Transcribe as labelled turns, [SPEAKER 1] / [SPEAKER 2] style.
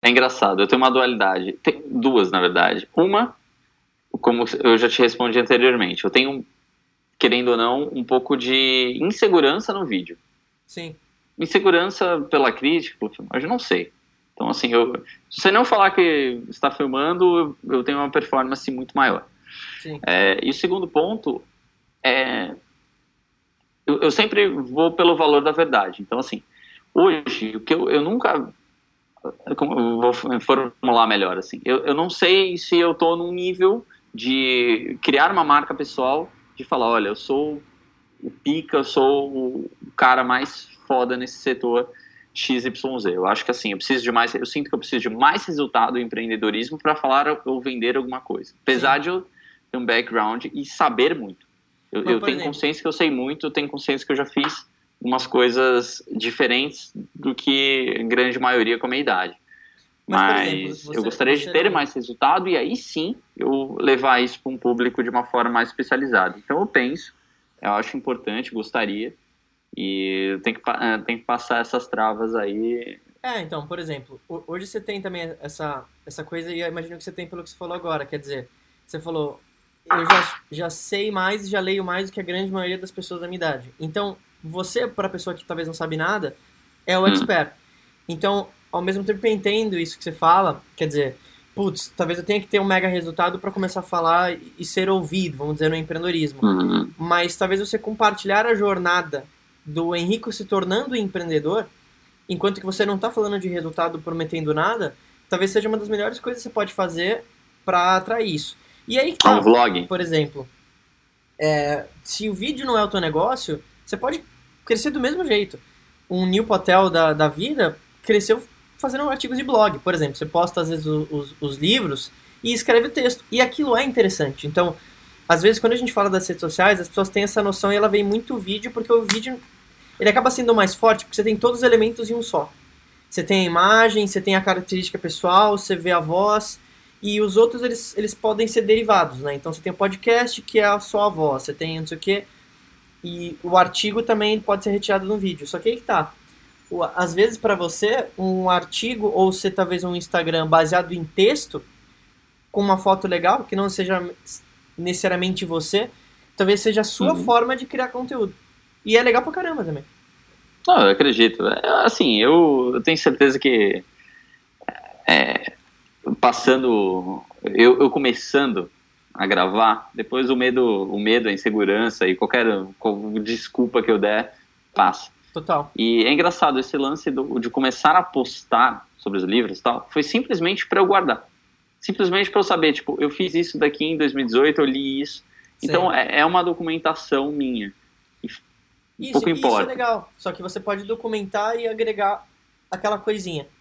[SPEAKER 1] É engraçado, eu tenho uma dualidade. Tem duas, na verdade. Uma, como eu já te respondi anteriormente, eu tenho, querendo ou não, um pouco de insegurança no vídeo.
[SPEAKER 2] Sim.
[SPEAKER 1] Insegurança pela crítica, pelo filme, eu não sei. Então, assim, se você não falar que está filmando, eu tenho uma performance muito maior.
[SPEAKER 2] Sim.
[SPEAKER 1] E o segundo ponto é... Eu sempre vou pelo valor da verdade. Então, assim, hoje, o que eu nunca... Eu vou formular melhor, assim. Eu não sei se eu tô num nível de criar uma marca pessoal, de falar, olha, eu sou o pica, eu sou o cara mais foda nesse setor XYZ. Eu acho que assim, eu sinto que eu preciso de mais resultado em empreendedorismo para falar ou vender alguma coisa. Apesar
[SPEAKER 2] Sim.
[SPEAKER 1] de eu ter um background e saber muito.
[SPEAKER 2] Mas,
[SPEAKER 1] Eu
[SPEAKER 2] por
[SPEAKER 1] tenho
[SPEAKER 2] exemplo,
[SPEAKER 1] consciência que eu sei muito, eu tenho consciência que eu já fiz umas coisas diferentes do que a grande maioria com a minha idade. Mas eu gostaria de
[SPEAKER 2] você
[SPEAKER 1] ter
[SPEAKER 2] não...
[SPEAKER 1] mais resultado e aí sim eu levar isso para um público de uma forma mais especializada. Então eu acho importante, gostaria, e tem que passar essas travas aí.
[SPEAKER 2] Então, por exemplo, hoje você tem também essa coisa, e eu imagino que você tem pelo que você falou agora, quer dizer, você falou, eu já sei mais e já leio mais do que a grande maioria das pessoas da minha idade. Então, você, para a pessoa que talvez não sabe nada, é o
[SPEAKER 1] Hum,
[SPEAKER 2] expert. Então, ao mesmo tempo que eu entendo isso que você fala, quer dizer, putz, talvez eu tenha que ter um mega resultado para começar a falar e ser ouvido, vamos dizer, no empreendedorismo.
[SPEAKER 1] hum,
[SPEAKER 2] Mas talvez você compartilhar a jornada do Henrico se tornando empreendedor, enquanto que você não está falando de resultado prometendo nada, talvez seja uma das melhores coisas que você pode fazer para atrair isso. E aí que
[SPEAKER 1] um
[SPEAKER 2] tá,
[SPEAKER 1] vlog.
[SPEAKER 2] por exemplo, se o vídeo não é o teu negócio, você pode crescer do mesmo jeito. Um Neil Patel da vida cresceu fazendo artigos de blog, por exemplo. Você posta às vezes os livros e escreve texto. E aquilo é interessante. Então, às vezes quando a gente fala das redes sociais, as pessoas têm essa noção e ela vem muito vídeo, porque o vídeo ele acaba sendo mais forte, porque você tem todos os elementos em um só. Você tem a imagem, você tem a característica pessoal, você vê a voz, e os outros eles podem ser derivados, né? Então você tem o podcast, que é só a voz, você tem não sei o quê, e o artigo também pode ser retirado no vídeo. Só que aí que tá. Às vezes para você, um artigo, ou você talvez um Instagram baseado em texto, com uma foto legal, que não seja necessariamente você, talvez seja a sua
[SPEAKER 1] Uhum.
[SPEAKER 2] forma de criar conteúdo. E é legal pra caramba também.
[SPEAKER 1] Não, eu acredito. Assim, eu tenho certeza que passando, eu começando a gravar, depois o medo, a insegurança e qualquer desculpa que eu der, passa.
[SPEAKER 2] Total.
[SPEAKER 1] E é engraçado, esse lance de começar a postar sobre os livros e tal, foi simplesmente para eu guardar. Simplesmente para eu saber, tipo, eu fiz isso daqui em 2018, eu li isso. Então
[SPEAKER 2] Sim.
[SPEAKER 1] é uma documentação minha. E
[SPEAKER 2] Isso,
[SPEAKER 1] pouco
[SPEAKER 2] e isso é
[SPEAKER 1] importa.
[SPEAKER 2] legal. Só que você pode documentar e agregar aquela coisinha.